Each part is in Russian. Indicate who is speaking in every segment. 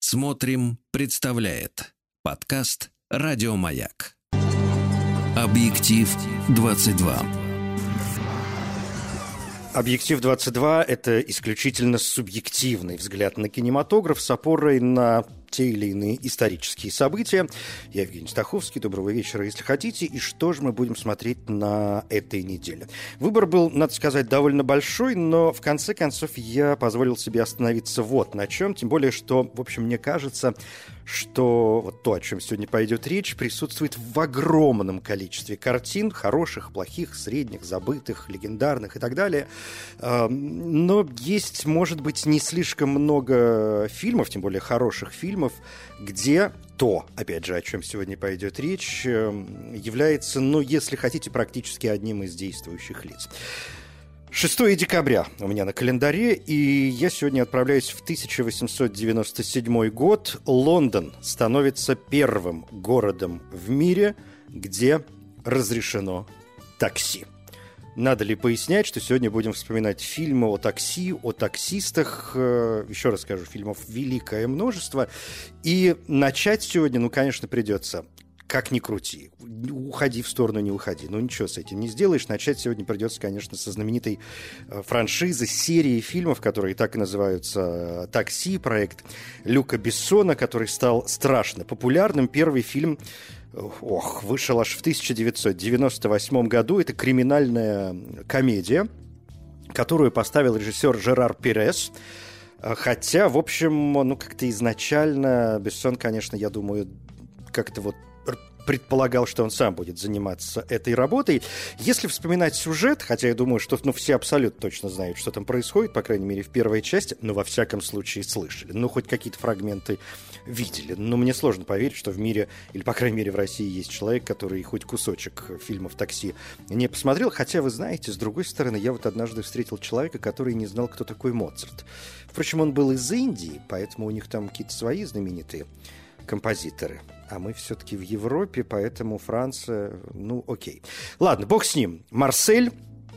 Speaker 1: Смотрим, представляет подкаст «Радиомаяк». Объектив 22.
Speaker 2: «Объектив 22» — это исключительно субъективный взгляд на кинематограф с опорой на те или иные исторические события. Я Евгений Стаховский. Доброго вечера, если хотите. И что же мы будем смотреть на этой неделе? Выбор был, надо сказать, довольно большой, но в конце концов я позволил себе остановиться вот на чем. Тем более, что, в общем, мне кажется, что вот то, о чем сегодня пойдет речь, присутствует в огромном количестве картин, хороших, плохих, средних, забытых, легендарных и так далее. Но есть, может быть, не слишком много фильмов, тем более хороших фильмов, где то, опять же, о чем сегодня пойдет речь, является, если хотите, практически одним из действующих лиц. 6 декабря у меня на календаре, и я сегодня отправляюсь в 1897 год. Лондон становится первым городом в мире, где разрешено такси. Надо ли пояснять, что сегодня будем вспоминать фильмы о такси, о таксистах. Еще раз скажу, фильмов великое множество. И начать сегодня, конечно, придется. Как ни крути. Уходи в сторону, не уходи. Ничего с этим не сделаешь. Начать сегодня придется, конечно, со знаменитой франшизы, серии фильмов, которые так и называются «Такси», проект Люка Бессона, который стал страшно популярным. Первый фильм вышел аж в 1998 году. Это криминальная комедия, которую поставил режиссер Жерар Пирес. Хотя, в общем, как-то изначально Бессон, конечно, я думаю, как-то предполагал, что он сам будет заниматься этой работой. Если вспоминать сюжет, хотя я думаю, что все абсолютно точно знают, что там происходит, по крайней мере, в первой части, но во всяком случае слышали. Хоть какие-то фрагменты видели. Мне сложно поверить, что в мире, или, по крайней мере, в России есть человек, который хоть кусочек фильмов «Такси» не посмотрел. Хотя, вы знаете, с другой стороны, я однажды встретил человека, который не знал, кто такой Моцарт. Впрочем, он был из Индии, поэтому у них там какие-то свои знаменитые композиторы. А мы все-таки в Европе, поэтому Франция, окей. Ладно, бог с ним. Марсель.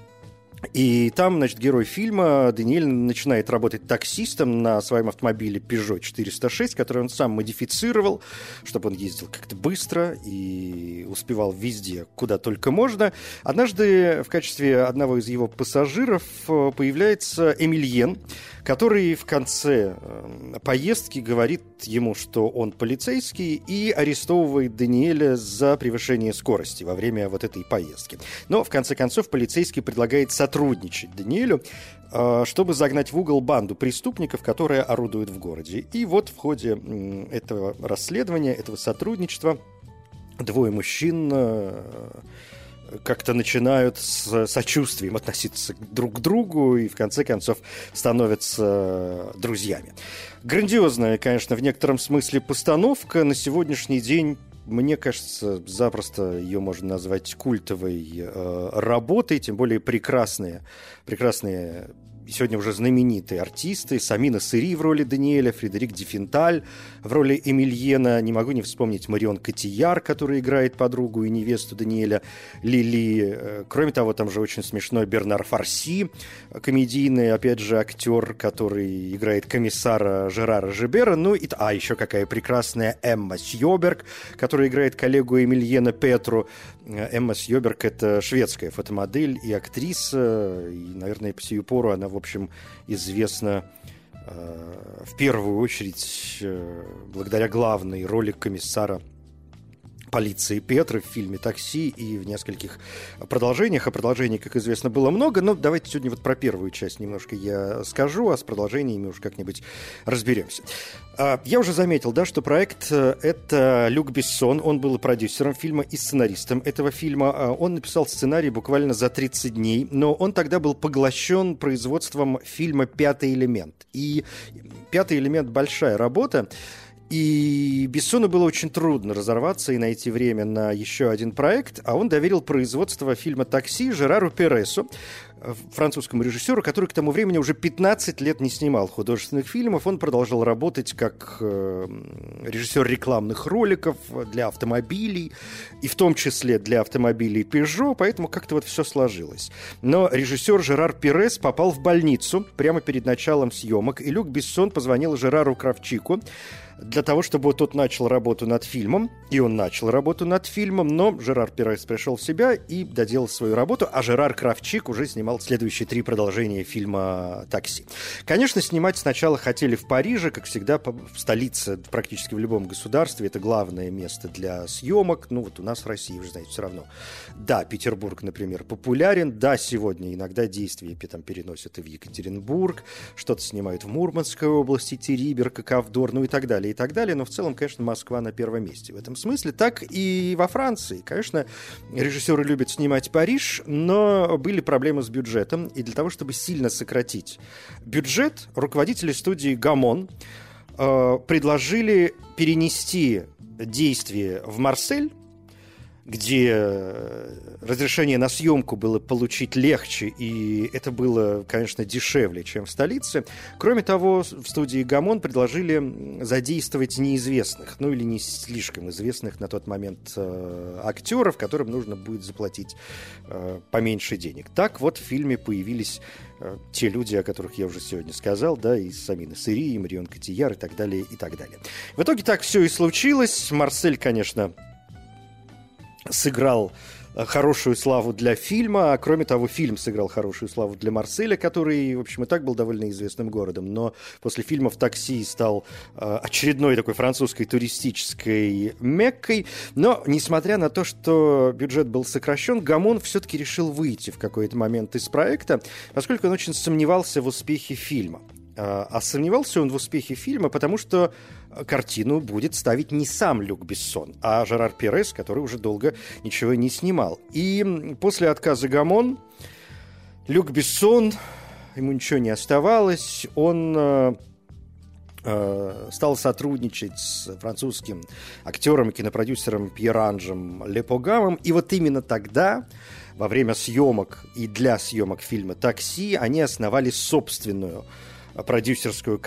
Speaker 2: И там, герой фильма Даниэль начинает работать таксистом на своем автомобиле Peugeot 406, который он сам модифицировал, чтобы он ездил как-то быстро и успевал везде, куда только можно. Однажды в качестве одного из его пассажиров появляется Эмильен, который в конце поездки говорит ему, что он полицейский, и арестовывает Даниэля за превышение скорости во время этой поездки. Но, в конце концов, полицейский предлагает сотрудничать Даниэлю, чтобы загнать в угол банду преступников, которая орудует в городе. И в ходе этого расследования, этого сотрудничества, двое мужчин как-то начинают с сочувствием относиться друг к другу и, в конце концов, становятся друзьями. Грандиозная, конечно, в некотором смысле постановка. На сегодняшний день, мне кажется, запросто ее можно назвать культовой работой, тем более прекрасные сегодня уже знаменитые артисты. Самина Сери в роли Даниэля, Фредерик Диффенталь в роли Эмильена. Не могу не вспомнить Марион Котийяр, которая играет подругу и невесту Даниэля, Лили. Кроме того, там же очень смешной Бернар Фарси, комедийный, опять же, актер, который играет комиссара Жерара Жибера. Еще какая прекрасная Эмма Сьёберг, которая играет коллегу Эмильена Петру. Эмма Сьёберг — это шведская фотомодель и актриса, и, наверное, по сию пору она, в общем, известна в первую очередь благодаря главной роли комиссара полиции Петры в фильме «Такси» и в нескольких продолжениях. А продолжений, как известно, было много, но давайте сегодня про первую часть немножко я скажу, а с продолжениями уж как-нибудь разберемся. Я уже заметил, что проект — это Люк Бессон, он был и продюсером фильма, и сценаристом этого фильма. Он написал сценарий буквально за 30 дней, но он тогда был поглощен производством фильма «Пятый элемент». И «Пятый элемент» — большая работа. И Бессону было очень трудно разорваться и найти время на еще один проект, а он доверил производство фильма «Такси» Жерару Пиресу, французскому режиссеру, который к тому времени уже 15 лет не снимал художественных фильмов. Он продолжал работать как режиссер рекламных роликов для автомобилей, и в том числе для автомобилей Peugeot, поэтому как-то все сложилось. Но режиссер Жерар Пирес попал в больницу прямо перед началом съемок, и Люк Бессон позвонил Жерару Кравчику, для того, чтобы тот начал работу над фильмом. И он начал работу над фильмом, но Жерар Пирес пришел в себя и доделал свою работу, а Жерар Кравчик уже снимал следующие 3 продолжения фильма «Такси». Конечно, снимать сначала хотели в Париже, как всегда, в столице практически в любом государстве. Это главное место для съемок. Ну, вот у нас в России, вы знаете, все равно. Да, Петербург, например, популярен. Да, сегодня иногда действия там переносят и в Екатеринбург, что-то снимают в Мурманской области, Терибер, Ковдор, ну и так далее, и так далее. Но в целом, конечно, Москва на первом месте в этом смысле. Так и во Франции. Конечно, режиссеры любят снимать Париж, но были проблемы с бюджетом. И для того, чтобы сильно сократить бюджет, руководители студии «Гамон» предложили перенести действие в Марсель, где разрешение на съемку было получить легче, и это было, конечно, дешевле, чем в столице. Кроме того, в студии «Гамон» предложили задействовать неизвестных, ну или не слишком известных на тот момент актеров, которым нужно будет заплатить поменьше денег. Так вот в фильме появились те люди, о которых я уже сегодня сказал, да, и Самина Сери, и Марион Котийяр, и так далее, и так далее. В итоге так все и случилось. Марсель, конечно, сыграл хорошую славу для фильма, а кроме того, фильм сыграл хорошую славу для Марселя, который, в общем, и так был довольно известным городом, но после фильмов «Такси» стал очередной такой французской туристической Меккой. Но, несмотря на то, что бюджет был сокращен, Гамон все-таки решил выйти в какой-то момент из проекта, поскольку он очень сомневался в успехе фильма. А сомневался он в успехе фильма, потому что картину будет ставить не сам Люк Бессон, а Жерар Пирес, который уже долго ничего не снимал. И после отказа Гамон Люк Бессон, ему ничего не оставалось, он стал сотрудничать с французским актером и кинопродюсером Пьер-Анжем Лепогамом. И вот именно тогда, во время съемок и для съемок фильма «Такси», они основали собственную продюсерскую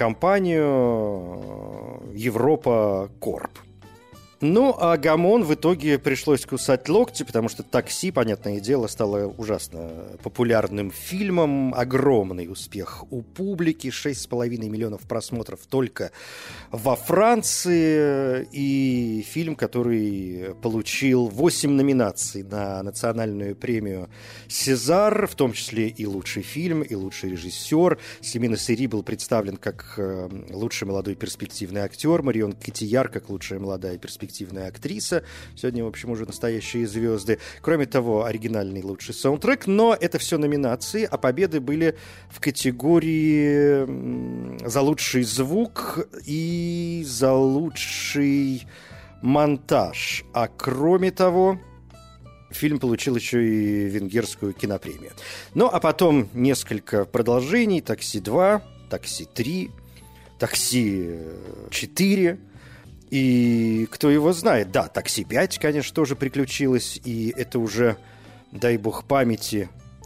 Speaker 2: компанию «Европа Корп». Ну, а Гамон в итоге пришлось кусать локти, потому что «Такси», понятное дело, стало ужасно популярным фильмом. Огромный успех у публики, 6,5 миллионов просмотров только во Франции. И фильм, который получил 8 номинаций на национальную премию «Сезар», в том числе и лучший фильм, и лучший режиссер. Самина Сери был представлен как лучший молодой перспективный актер, Марион Котийяр как лучшая молодая перспективная актриса. Сегодня, в общем, уже настоящие звезды. Кроме того, оригинальный лучший саундтрек. Но это все номинации, а победы были в категории за лучший звук и за лучший монтаж. А кроме того, фильм получил еще и венгерскую кинопремию. Ну, а потом несколько продолжений. «Такси 2», «Такси 3», «Такси 4». И кто его знает, да, «Такси 5», конечно, тоже приключилось, и это уже, дай бог памяти,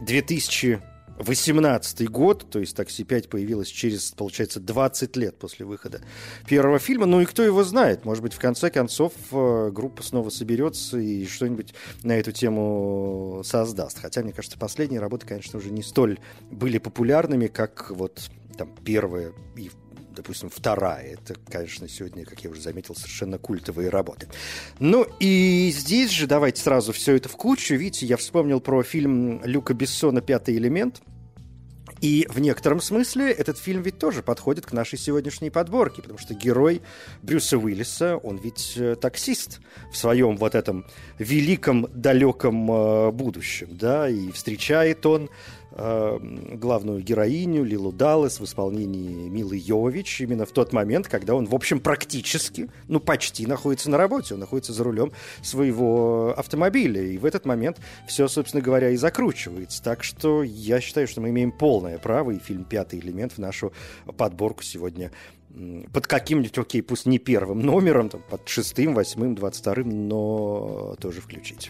Speaker 2: 2018 год, то есть «Такси 5» появилось через, получается, 20 лет после выхода первого фильма. Ну и кто его знает, может быть, в конце концов группа снова соберется и что-нибудь на эту тему создаст. Хотя, мне кажется, последние работы, конечно, уже не столь были популярными, как вот там первая и, допустим, вторая. Это, конечно, сегодня, как я уже заметил, совершенно культовые работы. Ну и здесь же давайте сразу все это в кучу. Видите, я вспомнил про фильм Люка Бессона «Пятый элемент». И в некотором смысле этот фильм ведь тоже подходит к нашей сегодняшней подборке, потому что герой Брюса Уиллиса, он ведь таксист в своем вот этом великом далеком будущем, да, и встречает он главную героиню Лилу Даллас в исполнении Милы Йовович именно в тот момент, когда он, в общем, практически, ну, почти находится на работе, он находится за рулем своего автомобиля, и в этот момент все, собственно говоря, и закручивается. Так что я считаю, что мы имеем полное право и фильм «Пятый элемент» в нашу подборку сегодня под каким-нибудь, окей, пусть не первым номером, там, под 6-м, 8-м, 22-м, но тоже включить.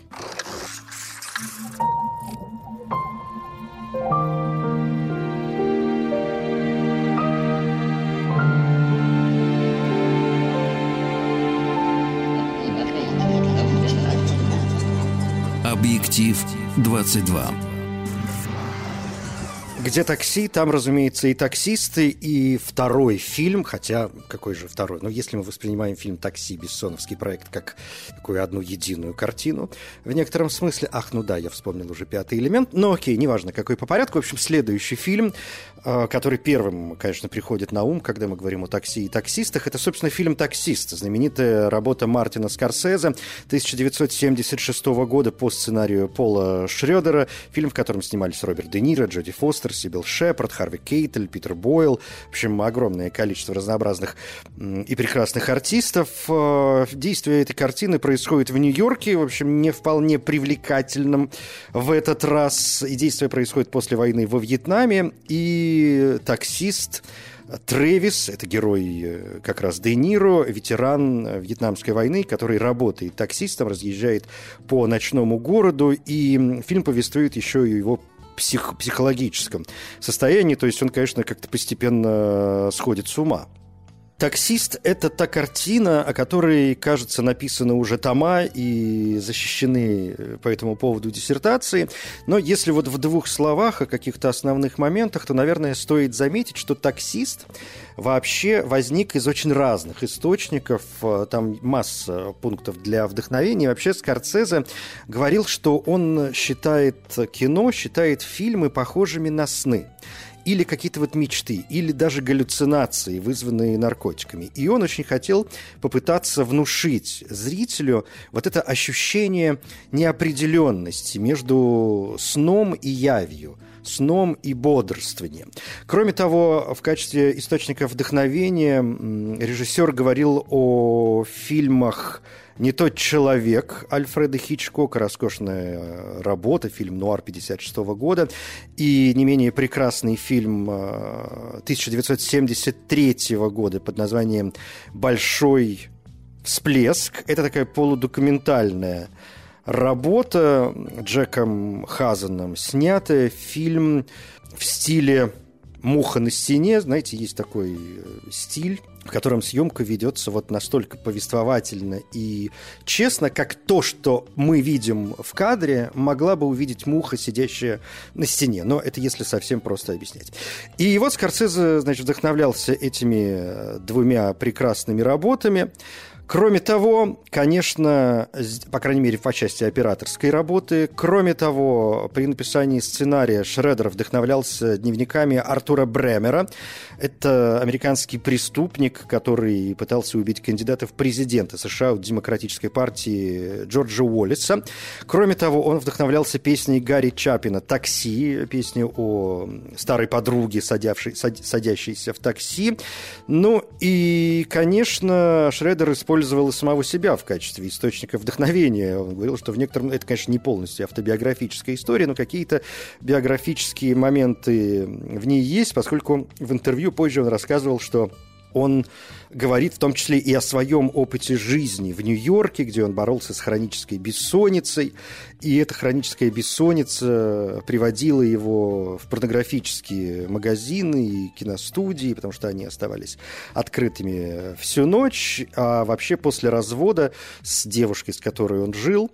Speaker 1: Объектив 22.
Speaker 2: Где такси, там, разумеется, и таксисты, и второй фильм, хотя какой же второй? Но если мы воспринимаем фильм «Такси», бессоновский проект, как такую одну единую картину, в некотором смысле, я вспомнил уже «Пятый элемент», но окей, неважно, какой по порядку. В общем, следующий фильм, который первым, конечно, приходит на ум, когда мы говорим о такси и таксистах, это, собственно, фильм «Таксист», знаменитая работа Мартина Скорсезе 1976 года по сценарию Пола Шрёдера, фильм, в котором снимались Роберт Де Ниро, Джоди Фостер, Сибил Шепард, Харви Кейтель, Питер Бойл. В общем, огромное количество разнообразных и прекрасных артистов. Действие этой картины происходит в Нью-Йорке, в общем, не вполне привлекательном в этот раз. И действие происходит после войны во Вьетнаме. И таксист Трэвис, это герой как раз Де Ниро, ветеран Вьетнамской войны, который работает таксистом, разъезжает по ночному городу. И фильм повествует еще и его психологическом состоянии, то есть он, конечно, как-то постепенно сходит с ума. «Таксист» — это та картина, о которой, кажется, написаны уже тома и защищены по этому поводу диссертации. Но если вот в двух словах о каких-то основных моментах, то, наверное, стоит заметить, что «Таксист» вообще возник из очень разных источников. Там масса пунктов для вдохновения. Вообще Скорсезе говорил, что он считает кино, считает фильмы похожими на сны. Или какие-то вот мечты, или даже галлюцинации, вызванные наркотиками. И он очень хотел попытаться внушить зрителю вот это ощущение неопределенности между сном и явью, сном и бодрствованием. Кроме того, в качестве источника вдохновения режиссер говорил о фильмах «Не тот человек» Альфреда Хичкока, роскошная работа, фильм «Нуар» 1956 года, и не менее прекрасный фильм 1973 года под названием «Большой всплеск». Это такая полудокументальная работа Джеком Хазаном, снятая, фильм в стиле «Муха на стене». Знаете, есть такой стиль, в котором съемка ведется вот настолько повествовательно и честно, как то, что мы видим в кадре, могла бы увидеть муха, сидящая на стене. Но это если совсем просто объяснять. И вот Скорсезе, значит, вдохновлялся этими двумя прекрасными работами. Кроме того, конечно, по крайней мере, по части операторской работы, кроме того, при написании сценария Шредер вдохновлялся дневниками Артура Бремера. Это американский преступник, который пытался убить кандидата в президенты США от Демократической партии Джорджа Уоллеса. Кроме того, он вдохновлялся песней Гарри Чапина «Такси», песней о старой подруге, садящейся в такси. Ну и, конечно, Шредер использовал самого себя в качестве источника вдохновения. Он говорил, что в некотором... Это, конечно, не полностью автобиографическая история, но какие-то биографические моменты в ней есть, поскольку в интервью позже он рассказывал, что он говорит в том числе и о своем опыте жизни в Нью-Йорке, где он боролся с хронической бессонницей. И эта хроническая бессонница приводила его в порнографические магазины и киностудии, потому что они оставались открытыми всю ночь. А вообще после развода с девушкой, с которой он жил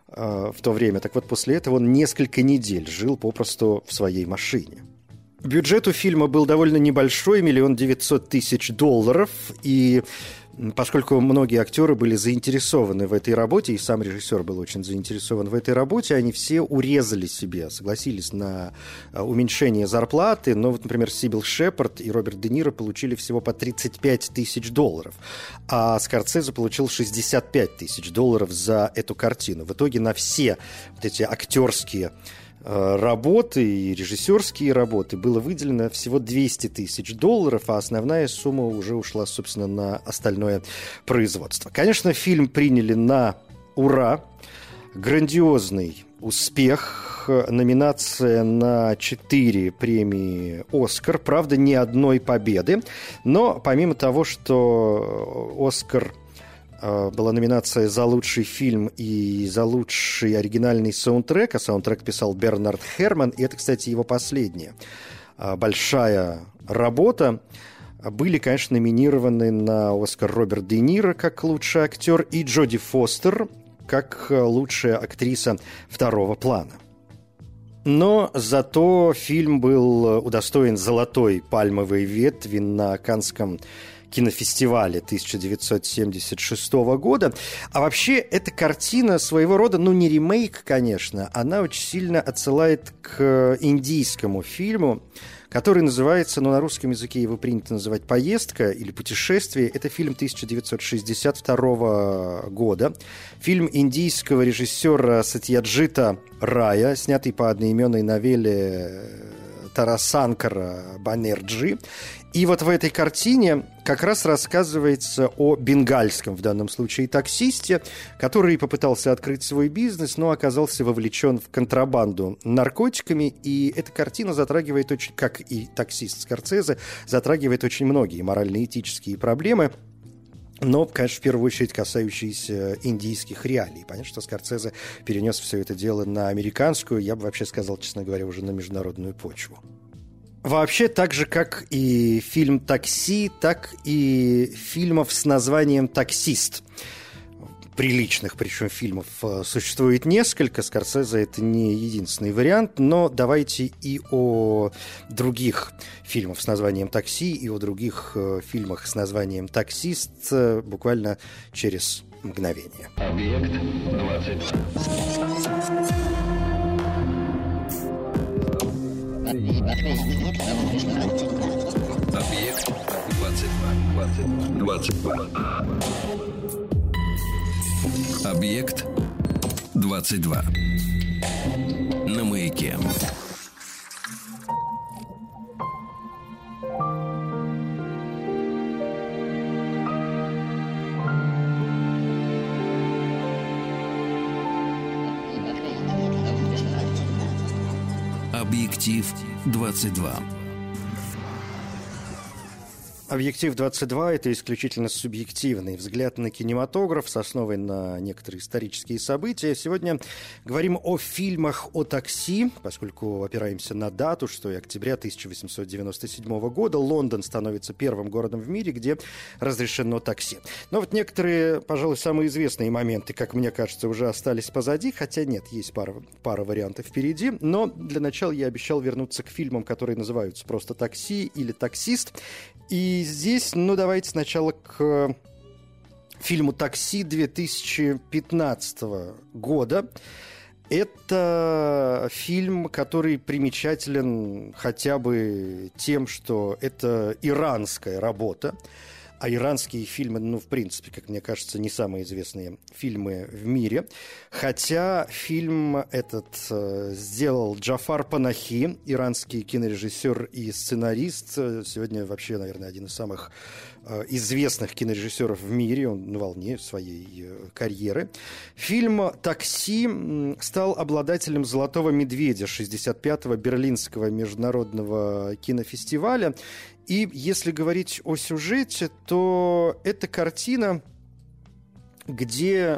Speaker 2: в то время, так вот после этого он несколько недель жил попросту в своей машине. Бюджет у фильма был довольно небольшой, $1 900 000, и поскольку многие актеры были заинтересованы в этой работе, и сам режиссер был очень заинтересован в этой работе, они все урезали себе, согласились на уменьшение зарплаты, но, вот, например, Сибил Шепард и Роберт Де Ниро получили всего по $35 000, а Скорсезе получил $65 000 за эту картину. В итоге на все вот эти актерские работы и режиссерские работы было выделено всего $200 000, а основная сумма уже ушла, собственно, на остальное производство. Конечно, фильм приняли на ура. Грандиозный успех. Номинация на 4 премии «Оскар». Правда, ни одной победы. Но помимо того, что «Оскар» была номинация за лучший фильм и за лучший оригинальный саундтрек, а саундтрек писал Бернард Херман, и это, кстати, его последняя большая работа. Были, конечно, номинированы на «Оскар» Роберт Де Ниро как лучший актер и Джоди Фостер как лучшая актриса второго плана. Но зато фильм был удостоен золотой пальмовой ветви на Каннском кинофестивале 1976 года. А вообще, эта картина своего рода, не ремейк, конечно, она очень сильно отсылает к индийскому фильму, который называется, на русском языке его принято называть «Поездка» или «Путешествие». Это фильм 1962 года. Фильм индийского режиссера Сатьяджита Рая, снятый по одноименной новелле Тарасанкара Банерджи. И вот в этой картине как раз рассказывается о бенгальском, в данном случае, таксисте, который попытался открыть свой бизнес, но оказался вовлечен в контрабанду наркотиками. И эта картина затрагивает очень, как и таксист Скорсезе, затрагивает очень многие морально-этические проблемы. Но, конечно, в первую очередь касающиеся индийских реалий. Понятно, что Скорсезе перенес все это дело на американскую, я бы вообще сказал, честно говоря, уже на международную почву. Вообще, так же, как и фильм «Такси», так и фильмов с названием «Таксист». Приличных, причем, фильмов существует несколько. Скорсезе это не единственный вариант, но давайте и о других фильмах с названием «Такси», и о других фильмах с названием «Таксист» буквально через мгновение.
Speaker 3: Объект 22.
Speaker 1: Объект 22. Объект 22. На маяке. Объектив 22.
Speaker 2: «Объектив-22» — это исключительно субъективный взгляд на кинематограф с основой на некоторые исторические события. Сегодня говорим о фильмах о такси, поскольку опираемся на дату, что и октября 1897 года Лондон становится первым городом в мире, где разрешено такси. Но вот некоторые, пожалуй, самые известные моменты, как мне кажется, уже остались позади, хотя нет, есть пара вариантов впереди. Но для начала я обещал вернуться к фильмам, которые называются просто «Такси» или «Таксист». И здесь, давайте сначала к фильму «Такси» 2015 года. Это фильм, который примечателен хотя бы тем, что это иранская работа. А иранские фильмы, в принципе, как мне кажется, не самые известные фильмы в мире. Хотя фильм этот сделал Джафар Панахи, иранский кинорежиссер и сценарист. Сегодня вообще, наверное, один из самых известных кинорежиссеров в мире. Он на волне своей карьеры. Фильм «Такси» стал обладателем «Золотого медведя» 65-го Берлинского международного кинофестиваля. И если говорить о сюжете, то это картина, где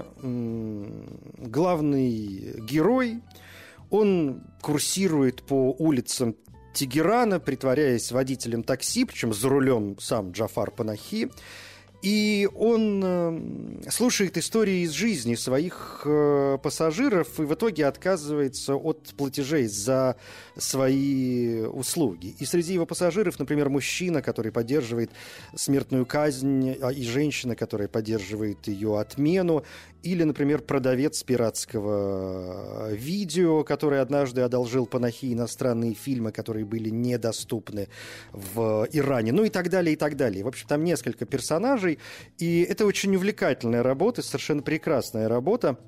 Speaker 2: главный герой, он курсирует по улицам Тегерана, притворяясь водителем такси, причем за рулем сам Джафар Панахи. И он слушает истории из жизни своих пассажиров и в итоге отказывается от платежей за свои услуги. И среди его пассажиров, например, мужчина, который поддерживает смертную казнь, и женщина, которая поддерживает ее отмену, или, например, продавец пиратского видео, который однажды одолжил Панахи иностранные фильмы, которые были недоступны в Иране, и так далее, и так далее. В общем, там несколько персонажей, и это очень увлекательная работа, совершенно прекрасная работа.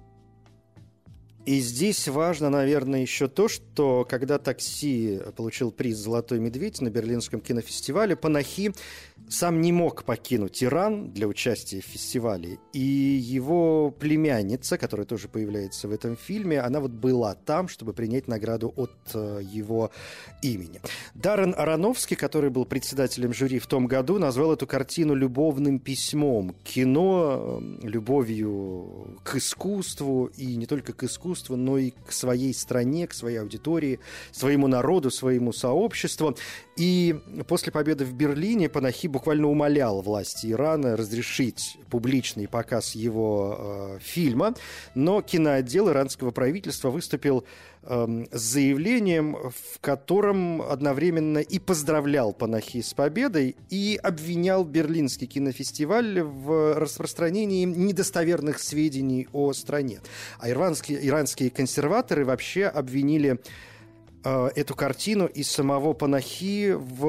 Speaker 2: И здесь важно, наверное, еще то, что когда «Такси» получил приз «Золотой медведь» на Берлинском кинофестивале, Панахи сам не мог покинуть Иран для участия в фестивале. И его племянница, которая тоже появляется в этом фильме, она была там, чтобы принять награду от его имени. Даррен Аронофски, который был председателем жюри в том году, назвал эту картину любовным письмом. Кино любовью к искусству, и не только к искусству, искусству, но и к своей стране, к своей аудитории, своему народу, своему сообществу. И после победы в Берлине Панахи буквально умолял власти Ирана разрешить публичный показ его фильма, но киноотдел иранского правительства выступил с заявлением, в котором одновременно и поздравлял Панахи с победой, и обвинял Берлинский кинофестиваль в распространении недостоверных сведений о стране. А иранские консерваторы вообще обвинили эту картину и самого Панахи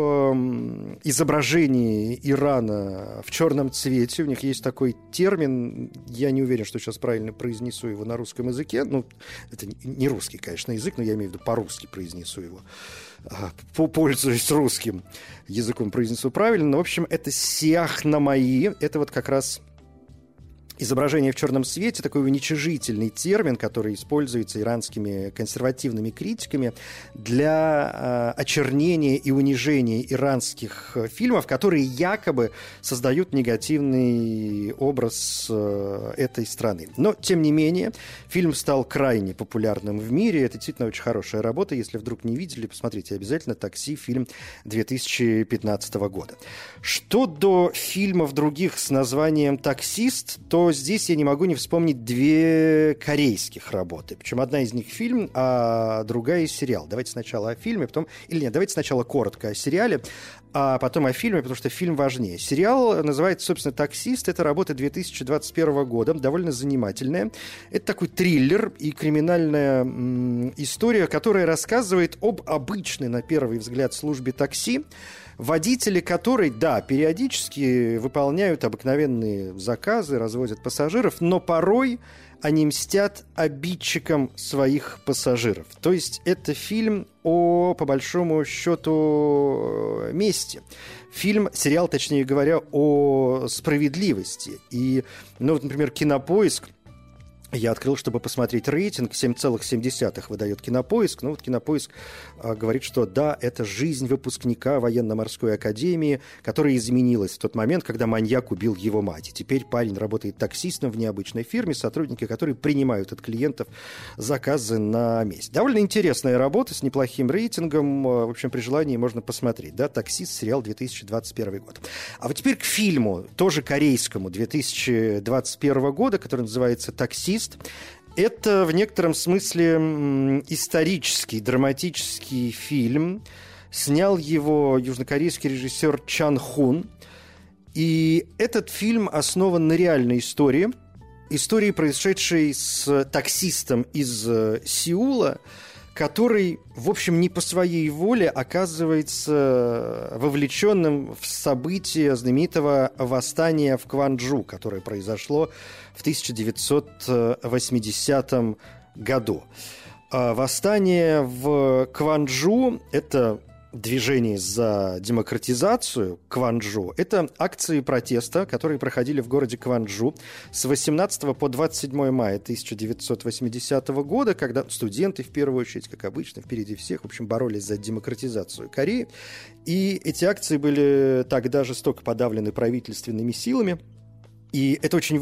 Speaker 2: в изображении Ирана в черном цвете. У них есть такой термин, я не уверен, что сейчас правильно произнесу его на русском языке. Ну, это не русский, конечно, язык, но я имею в виду по-русски произнесу его. Пользуясь русским языком, произнесу правильно. Но, в общем, это сиахнамаи. Это вот как раз изображение в черном цвете, такой уничижительный термин, который используется иранскими консервативными критиками для очернения и унижения иранских фильмов, которые якобы создают негативный образ этой страны. Но, тем не менее, фильм стал крайне популярным в мире. Это действительно очень хорошая работа. Если вдруг не видели, посмотрите обязательно «Такси», фильм 2015 года. Что до фильмов других с названием «Таксист», то здесь я не могу не вспомнить две корейских работы. Причем одна из них фильм, а другая сериал. Давайте сначала о фильме, потом... Или нет, давайте сначала коротко о сериале, а потом о фильме, потому что фильм важнее. Сериал называется, собственно, «Таксист». Это работа 2021 года, довольно занимательная. Это такой триллер и криминальная история, которая рассказывает об обычной, на первый взгляд, службе такси, водители которой, да, периодически выполняют обыкновенные заказы, развозят пассажиров, но порой они мстят обидчикам своих пассажиров. То есть это фильм о, по большому счету, мести. Сериал, точнее говоря, о справедливости. И, ну, вот, например, «Кинопоиск», я открыл, чтобы посмотреть рейтинг, 7,7 выдает «Кинопоиск». Ну вот «Кинопоиск» говорит, что да, это жизнь выпускника военно-морской академии, которая изменилась в тот момент, когда маньяк убил его мать. И теперь парень работает таксистом в необычной фирме, сотрудники которой принимают от клиентов заказы на месте. Довольно интересная работа с неплохим рейтингом. В общем, при желании можно посмотреть. Да, «Таксист», сериал 2021 год. А вот теперь к фильму, тоже корейскому, 2021 года, который называется «Таксист». Это в некотором смысле исторический, драматический фильм. Снял его южнокорейский режиссер Чан Хун. И этот фильм основан на реальной истории. Истории, происшедшей с таксистом из Сеула, который, в общем, не по своей воле оказывается вовлеченным в события знаменитого восстания в Кванджу, которое произошло в 1980 году. Восстание в Кванджу – это движение за демократизацию Кванджу. Это акции протеста, которые проходили в городе Кванджу с 18 по 27 мая 1980 года, когда студенты, в первую очередь, как обычно, впереди всех, в общем, боролись за демократизацию Кореи. И эти акции были тогда жестоко подавлены правительственными силами. И это очень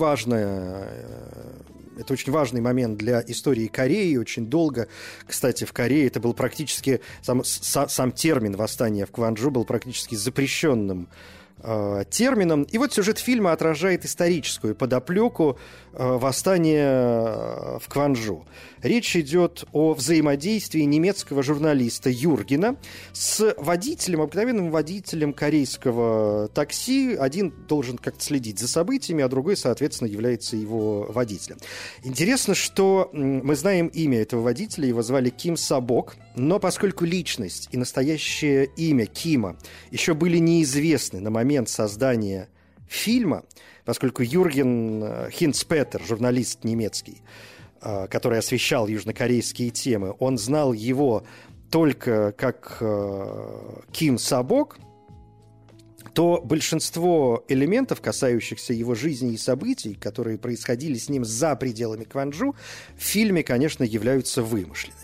Speaker 2: важный момент для истории Кореи. Очень долго, кстати, в Корее это был практически... Сам термин «восстание в Кванджу» был практически запрещенным термином. И вот сюжет фильма отражает историческую подоплеку восстания в Кванджу. Речь идет о взаимодействии немецкого журналиста Юргена с водителем, обыкновенным водителем корейского такси. Один должен как-то следить за событиями, а другой, соответственно, является его водителем. Интересно, что мы знаем имя этого водителя, его звали Ким Сабок, но поскольку личность и настоящее имя Кима еще были неизвестны на момент создания фильма, поскольку Юрген Хинцпетер, журналист немецкий, который освещал южнокорейские темы, он знал его только как Ким Сабок, то большинство элементов, касающихся его жизни и событий, которые происходили с ним за пределами Кванджу, в фильме, конечно, являются вымышленными.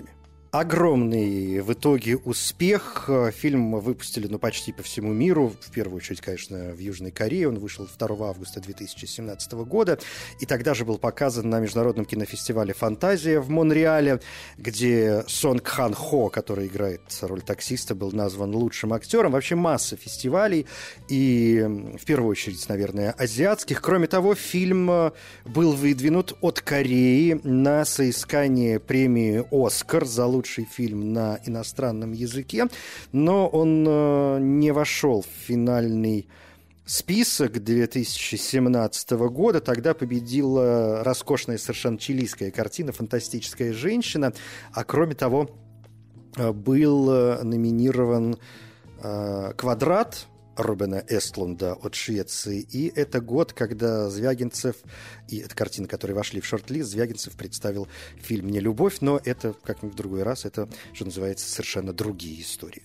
Speaker 2: Огромный в итоге успех. Фильм выпустили почти по всему миру. В первую очередь, конечно, в Южной Корее. Он вышел 2 августа 2017 года. И тогда же был показан на международном кинофестивале «Фантазия» в Монреале, где Сонг Хан Хо, который играет роль таксиста, был назван лучшим актером. Вообще масса фестивалей. И в первую очередь, наверное, азиатских. Кроме того, фильм был выдвинут от Кореи на соискание премии «Оскар» за лучший фильм на иностранном языке, но он не вошел в финальный список 2017 года. Тогда победила роскошная совершенно чилийская картина «Фантастическая женщина», а кроме того был номинирован «Квадрат» Робена Эстлунда от Швеции. И это год, когда Звягинцев, и это картины, которые вошли в шорт-лист, Звягинцев представил фильм «Не любовь», но это как-нибудь в другой раз, это, что называется, совершенно другие истории.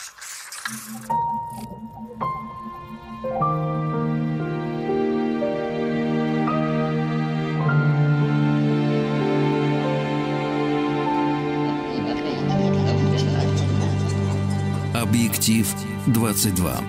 Speaker 1: Объектив 22.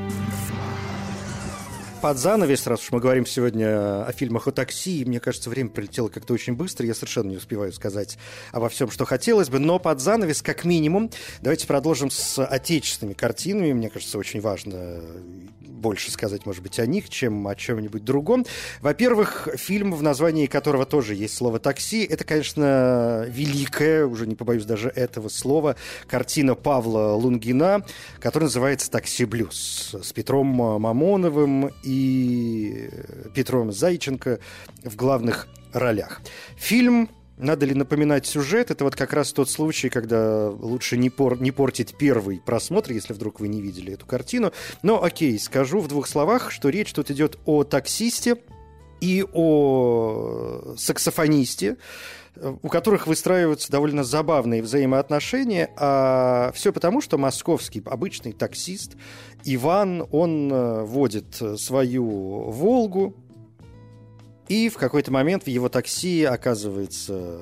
Speaker 2: Под занавес, раз уж мы говорим сегодня о фильмах о такси, мне кажется, время пролетело как-то очень быстро, я совершенно не успеваю сказать обо всем, что хотелось бы, но под занавес, как минимум, давайте продолжим с отечественными картинами. Мне кажется, очень важно больше сказать, может быть, о них, чем о чем-нибудь другом. Во-первых, фильм, в названии которого тоже есть слово «такси», это, конечно, великая, уже не побоюсь даже этого слова, картина Павла Лунгина, которая называется «Такси-блюз», с Петром Мамоновым и Петром Зайченко в главных ролях. Фильм, надо ли напоминать сюжет, это вот как раз тот случай, когда лучше не портить первый просмотр, если вдруг вы не видели эту картину. Но окей, скажу в 2 словах, что речь тут идет о таксисте и о саксофонисте, у которых выстраиваются довольно забавные взаимоотношения, а все потому, что московский обычный таксист Иван, он водит свою «Волгу», и в какой-то момент в его такси оказывается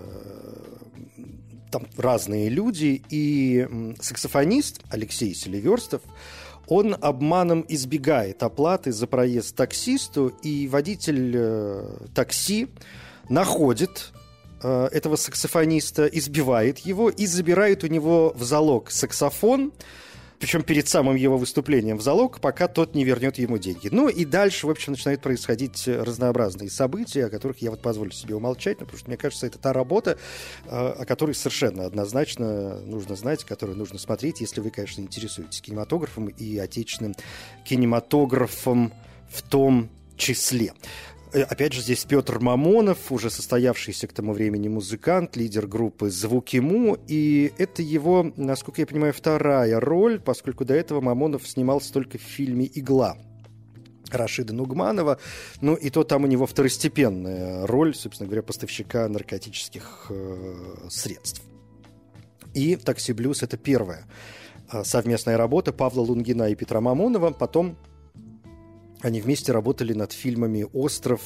Speaker 2: там разные люди, и саксофонист Алексей Селиверстов, он обманом избегает оплаты за проезд таксисту, и водитель такси находит этого саксофониста, избивает его и забирает у него в залог саксофон, причем перед самым его выступлением в залог, пока тот не вернет ему деньги. Ну и дальше, в общем, начинают происходить разнообразные события, о которых я вот позволю себе умолчать, потому что, мне кажется, это та работа, о которой совершенно однозначно нужно знать, которую нужно смотреть, если вы, конечно, интересуетесь кинематографом и отечественным кинематографом в том числе. Опять же, здесь Петр Мамонов, уже состоявшийся к тому времени музыкант, лидер группы «Звукиму», и это его, насколько я понимаю, 2-я роль, поскольку до этого Мамонов снимался только в фильме «Игла» Рашида Нугманова, ну и то там у него второстепенная роль, собственно говоря, поставщика наркотических средств. И «Такси-блюз» — это первая совместная работа Павла Лунгина и Петра Мамонова, потом они вместе работали над фильмами «Остров»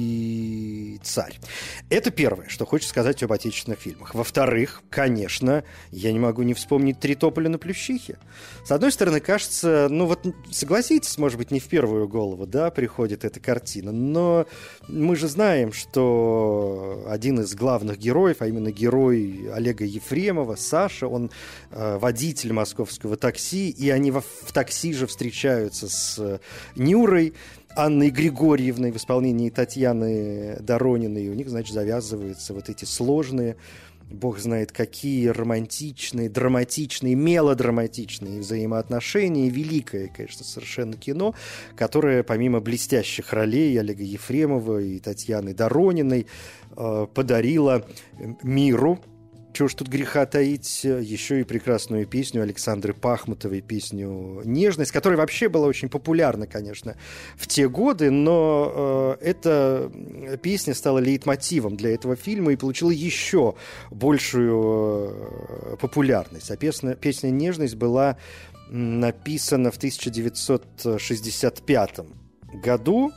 Speaker 2: и «Царь». Это первое, что хочется сказать об отечественных фильмах. Во-вторых, конечно, я не могу не вспомнить «Три тополя на Плющихе». С одной стороны, кажется, ну вот согласитесь, может быть, не в первую голову, да, приходит эта картина, но мы же знаем, что один из главных героев, а именно герой Олега Ефремова, Саша, он водитель московского такси, и они в такси же встречаются с Нюрой, Анной Григорьевной в исполнении Татьяны Дорониной. И у них, значит, завязываются вот эти сложные, бог знает какие, романтичные, драматичные, мелодраматичные взаимоотношения. Великое, конечно, совершенно кино, которое, помимо блестящих ролей Олега Ефремова и Татьяны Дорониной, подарило миру, чего ж тут греха таить, еще и прекрасную песню Александры Пахмутовой, песню «Нежность», которая вообще была очень популярна, конечно, в те годы, но эта песня стала лейтмотивом для этого фильма и получила еще большую популярность. А песня «Нежность» была написана в 1965 году,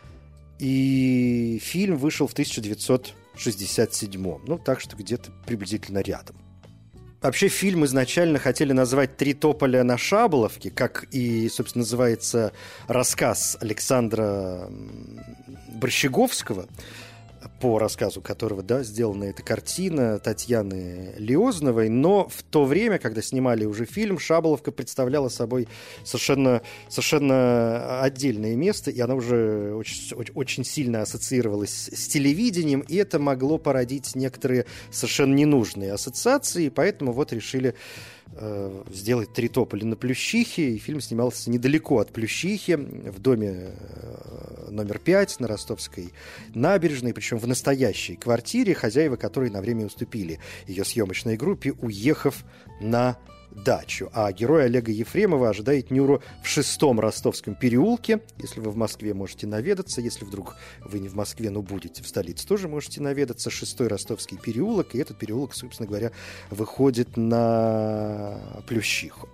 Speaker 2: и фильм вышел в 1967. Ну, так что где-то приблизительно рядом. Вообще фильм изначально хотели назвать «Три тополя на Шаболовке», как и, собственно, называется рассказ Александра Борщеговского, по рассказу которого, да, сделана эта картина Татьяны Лиозновой, но в то время, когда снимали уже фильм, Шаболовка представляла собой совершенно отдельное место, и она уже очень сильно ассоциировалась с телевидением, и это могло породить некоторые совершенно ненужные ассоциации, поэтому вот решили сделать «Три тополя на Плющихе», и фильм снимался недалеко от Плющихи, в доме номер 5 на Ростовской набережной, причем в настоящей квартире, хозяева которой на время уступили ее съемочной группе, уехав на дачу. А героя Олега Ефремова ожидает Нюру в 6-м Ростовском переулке. Если вы в Москве, можете наведаться. Если вдруг вы не в Москве, но будете в столице, тоже можете наведаться. 6-й Ростовский переулок. И этот переулок, собственно говоря, выходит на Плющиху.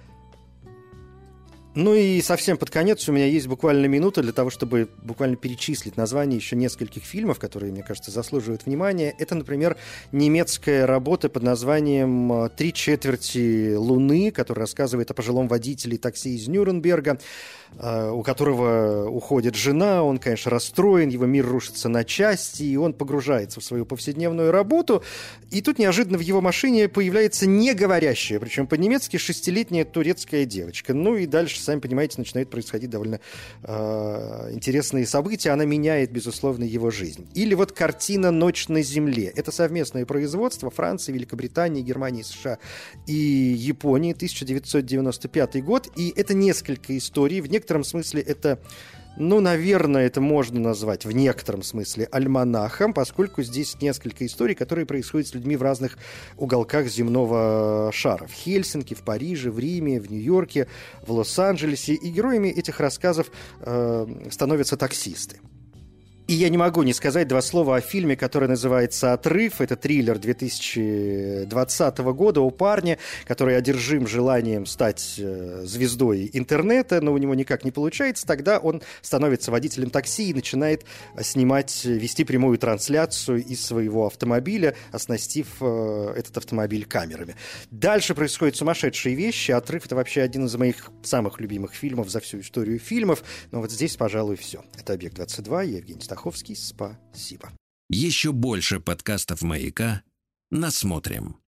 Speaker 2: Ну и совсем под конец у меня есть буквально минута для того, чтобы буквально перечислить названия еще нескольких фильмов, которые, мне кажется, заслуживают внимания. Это, например, немецкая работа под названием «Три четверти Луны», которая рассказывает о пожилом водителе такси из Нюрнберга, у которого уходит жена, он, конечно, расстроен, его мир рушится на части, и он погружается в свою повседневную работу, и тут неожиданно в его машине появляется неговорящая, причем по-немецки 6-летняя турецкая девочка. Ну и дальше, сами понимаете, начинают происходить довольно интересные события, она меняет, безусловно, его жизнь. Или вот картина «Ночь на земле». Это совместное производство Франции, Великобритании, Германии, США и Японии, 1995 год, и это несколько историй. В некотором смысле это, ну, наверное, это можно назвать в некотором смысле альманахом, поскольку здесь несколько историй, которые происходят с людьми в разных уголках земного шара. В Хельсинки, в Париже, в Риме, в Нью-Йорке, в Лос-Анджелесе. И героями этих рассказов становятся таксисты. И я не могу не сказать два слова о фильме, который называется «Отрыв». Это триллер 2020 года о парне, который одержим желанием стать звездой интернета, но у него никак не получается. Тогда он становится водителем такси и начинает вести прямую трансляцию из своего автомобиля, оснастив этот автомобиль камерами. Дальше происходят сумасшедшие вещи. «Отрыв» — это вообще один из моих самых любимых фильмов за всю историю фильмов. Но вот здесь, пожалуй, все. Это «Объект-22», я Евгений Стаховский. Спасибо.
Speaker 1: Еще больше подкастов «Маяка» насмотрим.